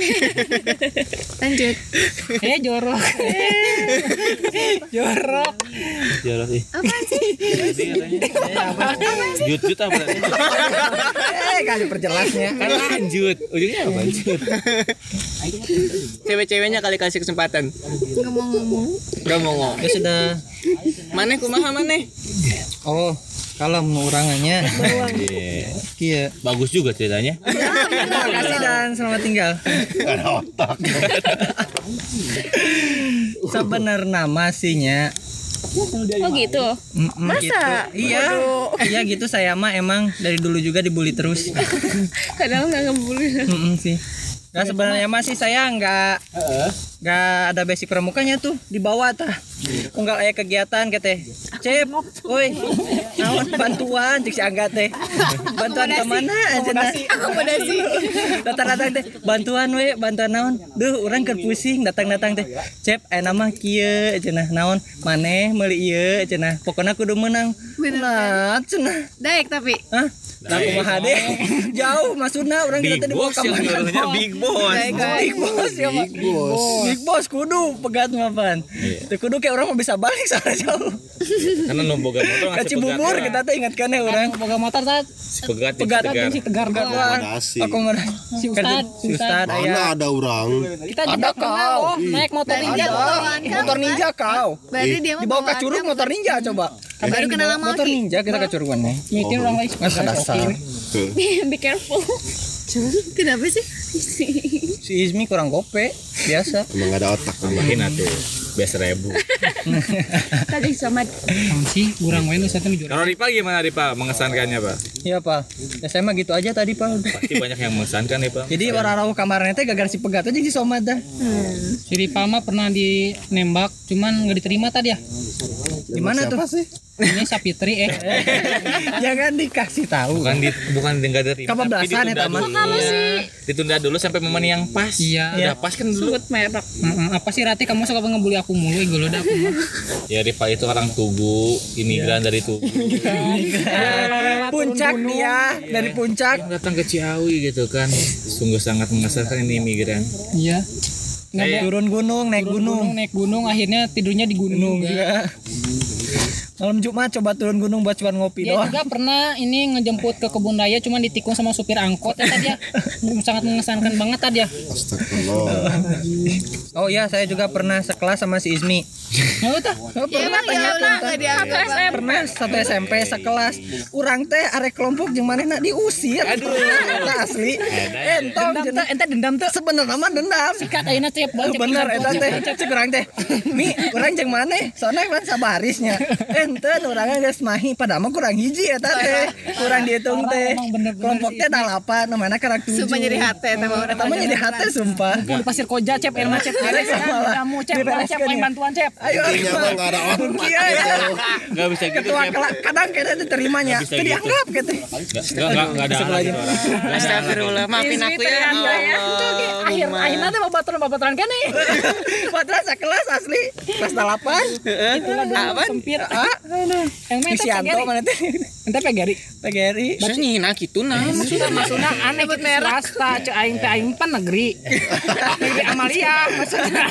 Lanjut. Eh jorok. jorok. Jorok sih. Apaan sih? Jadi katanya. Jut-jut apa tadi? Eh, kasih perjelasnya. Kan lanjut. Ujungnya apa lanjut? Cewek-ceweknya kali kasih kesempatan. Nggak mau ngomong. Gak mau ngomong. Ya sudah. Maneh kumaha maneh? Oh, kalau mengurangannya. Iya. Iya. Bagus juga ceritanya. Terima kasih dan selamat tinggal. Sebenarnya namanya Oh gitu. Masa? Gitu. Iya. Iya gitu saya mah emang dari dulu juga dibully terus. Kadang nggak ngebully. Mm-mm sih. Nah sebenarnya masih saya nggak nggak ada basic pramukanya tuh di bawah tah. Unggal aya kegiatan kete. Cep, woi. Naon bantuan cik si Angga teh. Bantuan ke mana aja nah. Akomodasi. Datang-datang teh bantuan we, bantuan naon. Duh, urang keur pusing datang-datang teh. Cep, aya nama kieu cenah naon? Maneh meuli ieu cenah. Pokona kudu menang. Bener. Nah, cenah. Daek tapi. Hah? Nah, kumaha deh? Jauh maksudna urang kita Big teh dibawa boss ka yang mana? nyuruhnya big boss. Big boss ya Mak. Big boss. Big boss kudu pegat mapan. Teu kudu kayak orang mah bisa balik soalnya jauh. Karena nu boga motor Ka Cibubur kita teh ingat kan ya urang. Boga motor saat pegat Pegat tegar. si tegar Pegat doang. doang. Akomodasi. Akomodasi. Si Ustad, si Si Ustad Mana aya. ada orang? Kita juga pernah loh naik motor Berarti ninja. dia bawaan kamu. Motor ninja kau. Berarti dia mah Dibawa ke bawaan Curug kamu. motor ninja coba. Baru kenal sama Motor Oki. ninja kita ke Curug mana? Mikir orang lain. Masa dasar. Be careful. Kenapa sih? Si Izmi kurang gope biasa. Emang gak ada otak. Tambahin atuh. Biasa ribu. Tadi sama Kamu sih kurang main Ustad nih juara. Kalau Ripa gimana Ripa mengesankannya Pak? Iya Pak. Ya saya mah gitu aja tadi Pak. Pasti banyak yang mengesankan ya Pak. Jadi orang rauh kamarnya teh gagal si pegat aja si Somad dah. Si Ripa mah pernah dinembak, cuman nggak diterima tadi ya. Di mana tuh? Siapa sih? Ini Sapitri eh. Jangan dikasih tahu. Bukan di bukan di enggak diterima. Kebablasan ya, Tama. Kamu sih. Ditunda dulu sampai momen yang pas. Iya. Udah pas kan dulu. sebut merek. Mm-mm. Apa sih Rati kamu suka ngebully aku mulu? Gue lo dah aku mah. Ya Ripa itu orang Tugu, imigran dari Tugu. Puncak dia dari puncak. Yang datang ke Ciawi gitu kan. Sungguh sangat mengesankan ini imigran. Iya. Nggak Eh, Turun gunung, naik turun gunung. gunung, naik gunung, akhirnya tidurnya di gunung, Gunung juga. juga. Malam Jumat coba turun gunung buat cuman ngopi Dia doang. juga pernah ini ngejemput ke kebun raya cuman ditikung sama supir angkot ya tadi ya. Sangat mengesankan banget tadi ya. Astagfirullah. Oh iya, saya juga pernah sekelas sama si Izmi. Ya udah. Oh, pernah tanya tentang pernah satu S M P sekelas. Urang teh arek kelompok jeung manehna diusir. Aduh, eta asli. Entong Dendam teh, ente dendam tuh. sebenarnya mah dendam. Sikat ayeuna cep banget. Bener eta teh. Cek urang teh. Mi, urang jeung maneh? Soalnya kan sabarisnya. Enten urangnya geus mahi padahal mah kurang hiji eta teh. Kurang dihitung teh. Kelompok teh delapan, namanya kerak tujuh. Sumpah jadi hati eta mah. Eta mah jadi hati sumpah. Di pasir koja cep, elma cep. Kamu cep, cep main bantuan cep. Ayo, Intinya mah nggak ada orang. Iya ya. Enggak bisa gitu. Ketua Cep. kela- kadang kita diterimanya, Nggak bisa itu gitu. dianggap gitu. Enggak enggak enggak ada anak gitu orang. Astagfirullah, maafin aku ya. Akhir akhirnya tuh babaturan-babaturan kan nih. Padahal sekelas asli kelas delapan. Itulah dulu sempit. Ah, Yang mah Visianto mana teh? ente P G R I. P G R I. Terus nyihina gitu nah. Maksudnya maksudnya aneh gitu swasta, cek aing teh aing pan negeri. Negeri Amalia maksudnya.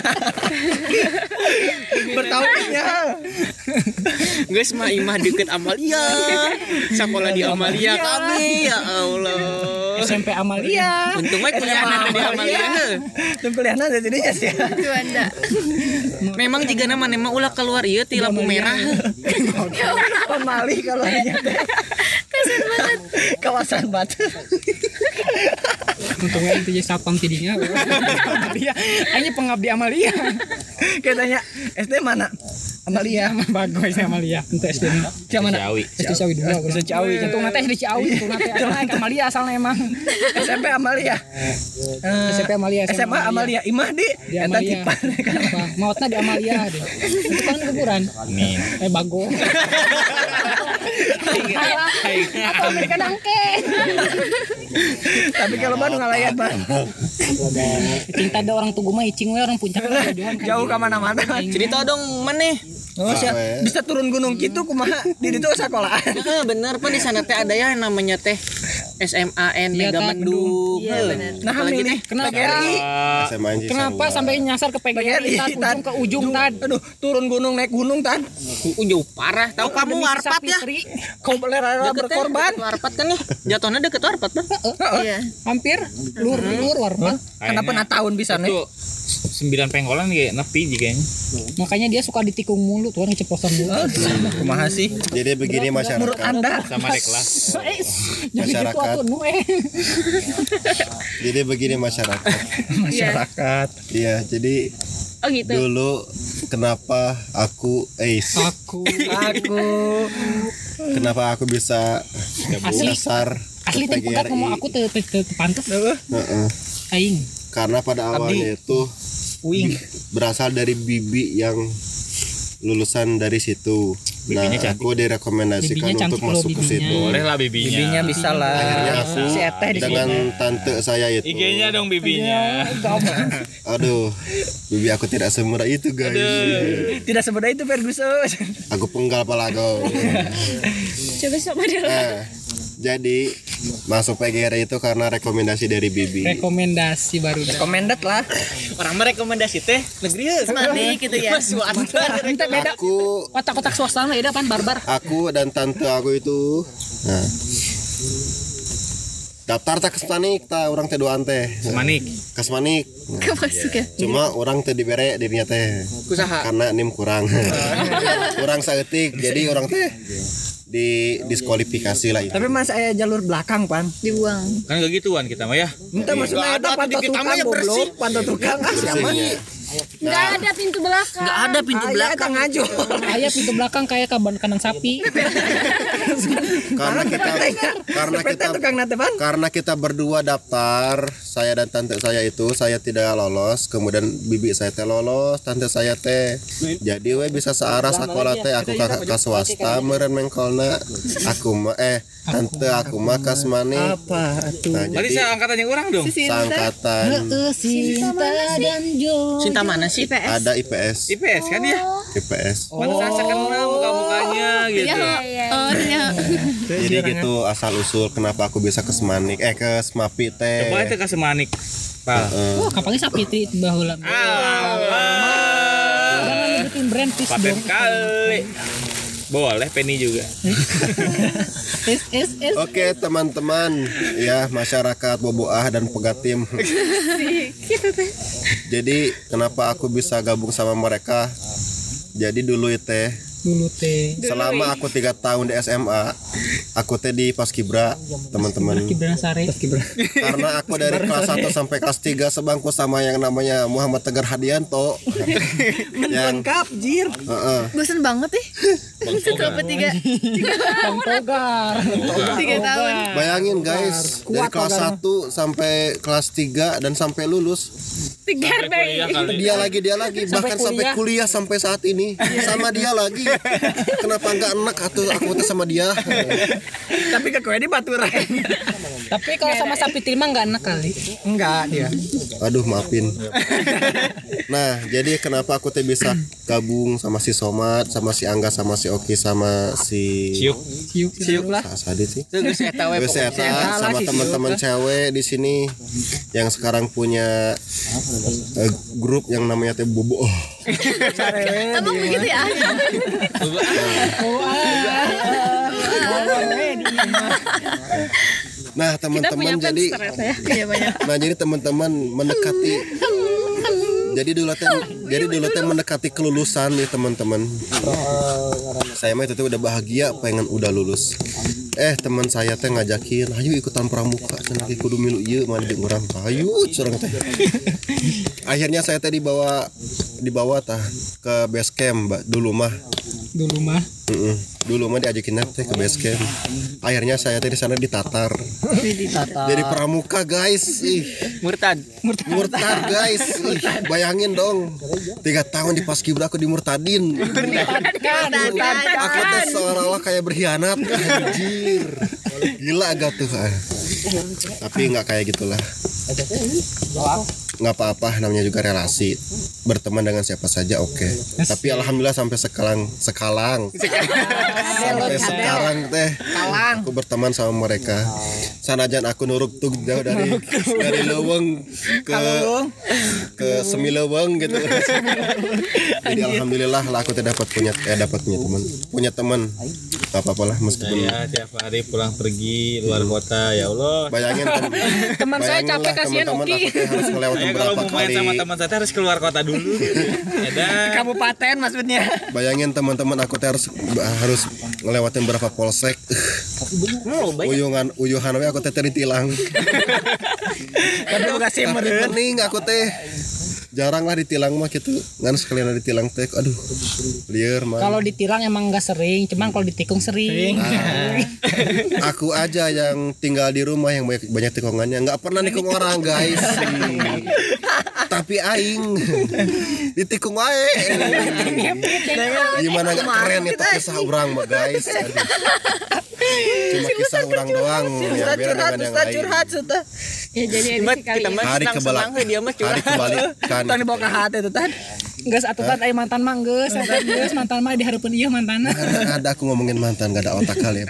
Bertahunnya. Geus mah imah deket Amalia. Sekolah di Amalia kami ya Allah. S M P Amalia. Untung mah kuliah di Amalia. Tuh kuliahna ada jadinya sih. Juanda. Memang jika nama nema ulah keluar ieu ti lampu merah. Pemali kalau nya teh. Kasian banget. Kawasan Batu. Untungnya itu jadi satpam tidinya. Dia aing pengabdi Amalia. Katanya S D mana? Amalia. Bagus Amalia. Untuk S D. Siapa mana? Ciawi. S D Ciawi dulu. S D Ciawi. Jantung nate S D Ciawi. Jantung nate asalnya Amalia asalnya emang. S M P Amalia. Eh, S M P Amalia. S M A Amalia. Imah di Di eta Amalia. tipan. Mautna di Amalia deh. Itu kan kuburan. Amin. Eh bago. Apa Amerika nangke. Tapi kalau Bandung ngalayan mah Cinta ada orang Tugu mah icing we orang puncak jauhan. jauh ke mana-mana. Cerita dong maneh. Oh, siap. Bisa turun gunung gitu kumaha di ditu sekolah. Heeh, bener Pak di sana teh ada ya namanya teh S M A N Iya, Tan, Megamendung. Iya, bener. Nah, Apalagi milih teh Kenapa? P G R I. S M A N J Kenapa Sarua. sampai nyasar ke P G R I Tad, ujung ke ujung Tad? Aduh, turun gunung naik gunung Tan. Uh, jauh parah. Tahu kamu Demi warpat ya? Sapitri, Kau rela Deket berkorban. teh, warpat kan ya? Jatuhnya deket warpat Pak. Iya. hampir lur lur warpat. Karena pernah tahun bisa nih. Itu sembilan pengkolan kayak nepi jiganya. Makanya dia suka ditikung mulu tuh keceplosan mulu. Kumaha sih? Jadi begini Menurut masyarakat. Anda Sama di kelas. Eh, jadi gitu Masyarakat. atuh nu eh. Jadi begini masyarakat. masyarakat. Iya, jadi Oh gitu. dulu kenapa aku Ace? Aku Aku Kenapa aku bisa Asli. dasar asli teh pegat ngomong aku teu teu teu pantes. Heeh. Aing. Karena pada awalnya itu wing. berasal dari bibi yang lulusan dari situ. Nah, Bibinya cantik. aku direkomendasikan Bibinya untuk cantik loh, masuk ke bibinya. situ. Boleh lah bibinya. Bibinya bisa lah. Akhirnya aku Si Eteh di dengan tante saya itu. I G-nya dong bibinya. Aduh, bibi aku tidak semurah itu guys. Tidak semudah itu Ferguson. Aku penggal pala kau. Coba sama dulu. Nah, jadi masuk P G R I itu karena rekomendasi dari bibi. Rekomendasi baru dah. Recommended lah. Orang merekomendasi teh negeri geus Mandi gitu ya. Ente beda Aku kotak-kotak swasta mah beda pan barbar. aku dan tante aku itu nah, daftar tak kesmanik tak orang teh doan teh Manik. kesmanik Kemasuk ya. cuma orang teh dibere dirinya teh Kusaha. karena nim kurang kurang saeutik jadi orang teh di diskualifikasi lah itu. Tapi mas saya jalur belakang pan. Dibuang. Kan gak gituan kita mah ya. Entah maksudnya ada pantau tukang goblok, pantau tukang ah siapa? Bersihnya. Nggak ada pintu belakang. Enggak ada pintu Ah, ya, belakang. eta ngaju. Aya pintu belakang kayak kaban kandang sapi. Karena kita karena kita tukang nate pan. karena kita berdua daftar, saya dan tante saya itu saya tidak lolos, kemudian bibi saya teh lolos, tante saya teh. Jadi we bisa searah sekolah teh aku ke, ke swasta meureun mengkolna. Aku mah eh tante aku mah kasmanik. Apa tuh? Nah, Berarti jadi saya angkatannya orang dong. sangkatan Sinta dan Jo. Cinta mana sih? I P S. ada I P S, I P S kan ya. I P S. Pantesan saya kenal muka-mukanya gitu. Oh, iya. Jadi gitu asal usul kenapa aku bisa ke Semanik eh ke Smapi teh. Coba itu kasih manik. Pak. Wah, kapalnya sapitri baheula. Allah. Jangan nyebutin brand please Paten dong. kali. Boleh Penny juga. is is is Oke teman-teman, ya masyarakat Boboah dan Pegatim. Jadi kenapa aku bisa gabung sama mereka? Jadi dulu teh dulu teh selama aku tiga tahun di S M A, aku teh di Paskibra teman-teman. Kibran Sare Karena aku dari kelas satu sampai kelas tiga sebangku sama yang namanya Muhammad Tegar Hadianto. yang Lengkap jir. Heeh. Bosan banget nih. Sampai tiga Bang Togar tiga tahun. Bayangin guys, dari kelas satu sampai kelas tiga dan sampai lulus. Tiga deh. Dia lagi dia lagi bahkan sampai kuliah sampai saat ini sama dia lagi. Kenapa nggak enak atau aku tuh sama dia? Tapi ke kowe di baturan. tapi kalau sama sapi mah nggak enak kali. Enggak dia. Aduh maafin. Nah jadi kenapa aku teh bisa gabung sama si Somat, sama si Angga, sama si Oki, sama si Ciuk. Siuk siuk lah. Sadit sih. Itu geus eta we Geus eta sama teman-teman cewek di sini yang sekarang punya eh, grup yang namanya teh Bobo. Oh. Emang begitu ya? Nah teman-teman jadi Iya banyak. nah jadi teman-teman mendekati jadi dulu teh jadi dulu teh mendekati kelulusan nih teman-teman. Saya mah itu tuh udah bahagia pengen udah lulus. Eh teman saya teh ngajakin, ayo ikutan pramuka, cenah ge kudu milu ieu mah di urang. Ayo curang teh. Akhirnya saya teh dibawa dibawa tah ke base camp Mbak, dulu mah. Dulu mah Mm-mm. Dulu mah diajakin teh ke base camp. Akhirnya saya teh di sana ditatar. Jadi pramuka guys. Ih, Murtad. murtad guys. Ih, bayangin dong. Tiga tahun di Paskibra aku dimurtadin. Aku teh seolah-olah kayak berkhianat. Anjir. Gila agak tuh. ah. Tapi nggak kayak gitulah. Nggak apa-apa, namanya juga relasi. Berteman dengan siapa saja oke. Tapi alhamdulillah sampai sekarang sekalang. Sampai sekarang teh aku berteman sama mereka. Sanajan aku nuruk tuh jauh dari dari Leweng ke ke Semileweng gitu. Jadi alhamdulillah lah aku teh dapat punya eh dapat punya teman. Punya teman. Gak apa-apa lah meskipun Saya tiap hari pulang pergi luar kota, ya Allah. bayangin tem- teman saya bayangin capek lah, kasihan teman-teman Oki. aku teh harus ngelewatin Saya kalau berapa mau main kali. sama teman saya harus keluar kota dulu gitu. Ada Kabupaten maksudnya. Bayangin teman-teman aku teh harus harus ngelewatin berapa polsek. Uyungan uyuhan we aku teh teh ditilang. Tapi bukan sih Tapi pening aku teh jarang lah ditilang mah gitu. Ngan sekalian ditilang teh aduh. Lieur mah. Kalau ditilang emang nggak sering, cuman kalau ditikung sering. Ah, aku aja yang tinggal di rumah yang banyak banyak tikungannya nggak pernah nikung orang guys. Tapi aing ditikung wae. Gimana nggak keren itu kisah orang mah guys. Aduh. Cuma kisah orang doang ya beda dengan yang lain. curhat sudah. Ya jadi edisi kali Kita ya. mah Hari senang-senang kebalik dia mah curhat. hari kebalikan. Tang dibawa ke hati itu tadi. Geus atutan aya mantan mah geus, atutan geus mantan mah dihareupeun ieu mantanna. Mana ada aku ngomongin mantan gak ada otak kali ya.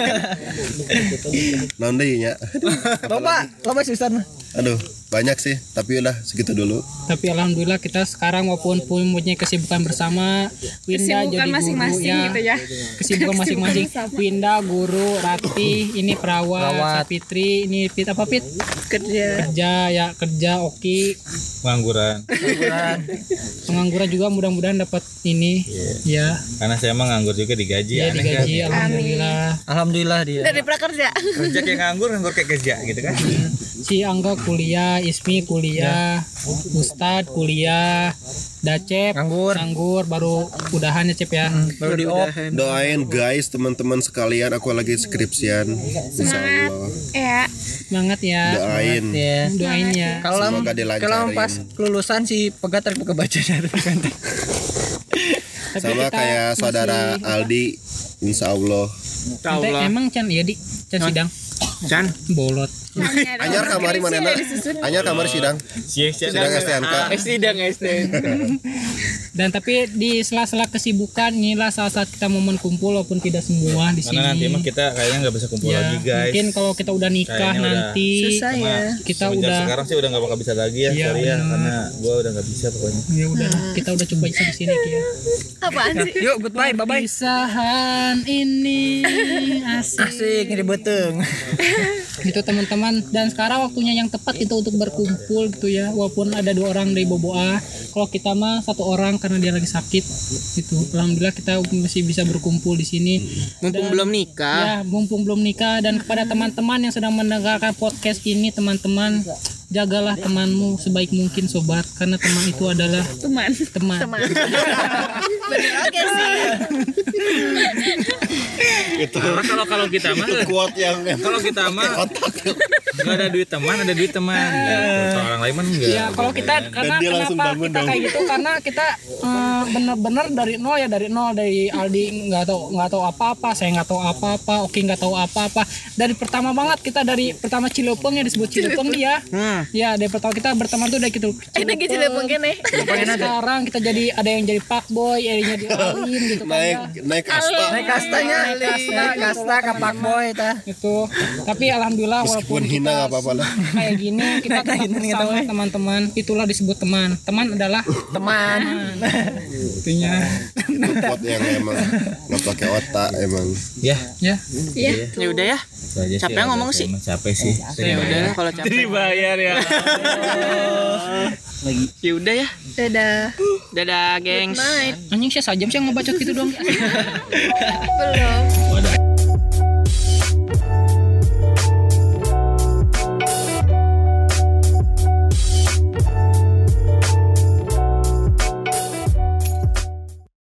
Naon deui nya. Loba, loba susah mah. Aduh, banyak sih, tapi udah segitu dulu. Tapi alhamdulillah kita sekarang walaupun punya kesibukan bersama, Winda Kesibukan jadi guru masing-masing ya. gitu ya. Kesibukan masing-masing. Winda guru, Rati ini perawat, Perawat. Sapitri ini Pit apa Pit? Kerja. Kerja ya kerja Oki. pengangguran. Pengangguran juga mudah-mudahan dapat ini ya. Karena saya emang nganggur juga digaji. Ya Aneh digaji kan? alhamdulillah. Alhamdulillah dia. Dari prakerja. Kerja kayak nganggur, nganggur kayak kerja gitu kan. Si Angga kuliah, Ismi kuliah, Ustad kuliah, Dacep Nganggur. nganggur baru udahan ya Cep ya. Baru di op. Doain guys teman-teman sekalian, aku lagi skripsian. Insyaallah. Ya. Semangat ya. Doain. Ya. Doain ya. Kalau Semoga dilancarin. kalau pas kelulusan si pegat tarik kebaca dari kantor. Sama kayak saudara Aldi, insyaallah. Ente emang Chan iya di Chan sidang Chan. bolot. Anyar kamari manehna. Anyar kamari sidang. Sidang S T N K. Sidang S T N K. Dan tapi di sela-sela kesibukan inilah saat saat kita momen kumpul walaupun tidak semua di sini. Karena nanti emang kita kayaknya nggak bisa kumpul Ya, lagi guys. mungkin kalau kita udah nikah Kayaknya udah nanti Susah ya. kita Semenjak udah sekarang sih udah nggak bakal bisa lagi ya, Iya, sorry ya, benar. karena gua udah nggak bisa pokoknya. ya udah kita udah coba bisa di sini ya. Apaan sih? Yuk, goodbye, bye-bye. Perpisahan ini asik. Asik ngiribeteng. Gitu teman-teman, dan sekarang waktunya yang tepat itu untuk berkumpul gitu ya, walaupun ada dua orang dari Boboa. Kalau kita mah satu orang karena dia lagi sakit gitu. Alhamdulillah kita masih bisa berkumpul di sini. Mumpung Dan- belum nikah. Ya, mumpung belum nikah. Dan kepada teman-teman yang sedang mendengarkan podcast ini, teman-teman, jagalah temanmu sebaik mungkin sobat, karena teman itu adalah Teman. teman. Teman. Bener oke sih. Itu Karena kalau kalau kita mah quote yang kalau kita mah nggak ada duit teman, ada duit teman. Gitu. Kalau orang lain mah enggak. Ya kalau kita karena dia langsung kenapa bangun kita dong. kayak gitu karena kita eh, bener-bener dari nol ya dari nol dari Aldi nggak tahu nggak tahu apa-apa, saya nggak tahu apa-apa, Oki nggak tahu apa-apa. Dari pertama banget kita dari pertama Cilepeng ya disebut Cilepeng dia. Ya dari pertama kita berteman tuh dari gitu. Enak gitu Cilepeng kene. Sekarang kita jadi ada yang jadi Pak Boy, ada yang jadi Alin gitu kan naik ya. naik kasta. Naik kastanya, kasta, kasta kapak boy tah. Gitu. Tapi alhamdulillah Meskipun walaupun hina kita nggak apa-apa lah. kayak gini kita tetap bersama teman-teman, itulah disebut teman. Teman adalah Teman. intinya. Itu quote yang emang nggak pakai otak emang. Ya, Ya. Iya. Ya udah ya. itu aja Capek sih, ngomong udah, sih. emang capek sih. Ya udah kalau capek. Dibayar ya. Ya udah ya. Dadah. Dadah, gengs. Night. Anjing sih sajam sih ngebacot gitu doang. Belum. Wadah.